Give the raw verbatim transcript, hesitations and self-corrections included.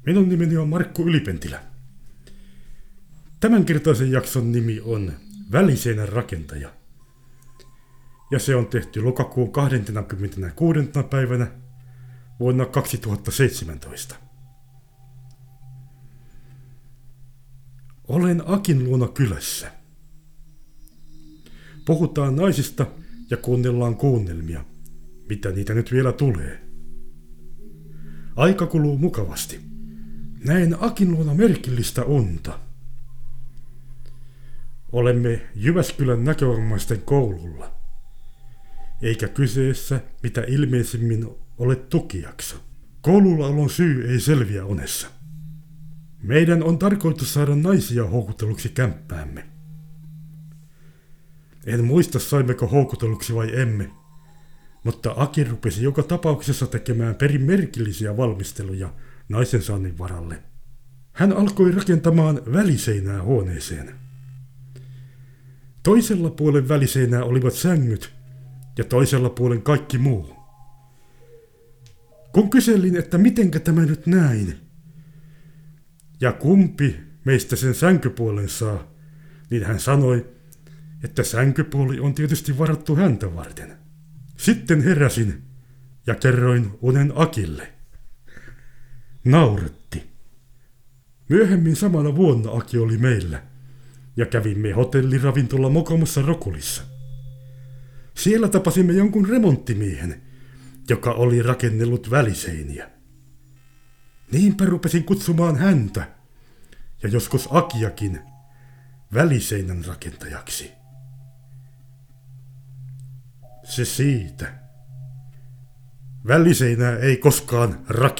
Minun nimeni on Markku Ylipentilä. Tämänkertaisen jakson nimi on Väliseinän rakentaja. Ja se on tehty lokakuun kahdeskymmeneskuudes päivänä vuonna kaksituhattaseitsemäntoista. Olen Akin luona kylässä. Puhutaan naisista ja kuunnellaan kuunnelmia, mitä niitä nyt vielä tulee. Aika kuluu mukavasti. Näen Akin luona merkillistä unta. Olemme Jyväskylän näkövammaisten koululla. Eikä kyseessä mitä ilmeisimmin ole tukijakso. Koululla olon syy ei selviä unessa. Meidän on tarkoitus saada naisia houkuteluksi kämppäämme. En muista saimmeko houkuteluksi vai emme, mutta Aki rupesi joka tapauksessa tekemään perin merkillisiä valmisteluja naisen saannin varalle. Hän alkoi rakentamaan väliseinää huoneeseen. Toisella puolen väliseinää olivat sängyt ja toisella puolen kaikki muu. Kun kyselin, että mitenkä tämä nyt näin, ja kumpi meistä sen sänkypuolen saa, niin hän sanoi, että sänkypuoli on tietysti varattu häntä varten. Sitten heräsin ja kerroin unen Akille. Nauretti. Myöhemmin samana vuonna Aki oli meillä ja kävimme hotelliravintola Mokomassa Rokulissa. Siellä tapasimme jonkun remonttimiehen, joka oli rakennellut väliseiniä. Niinpä rupesin kutsumaan häntä ja joskus Akiakin väliseinän rakentajaksi. Se siitä. Väliseinää ei koskaan rakenneta.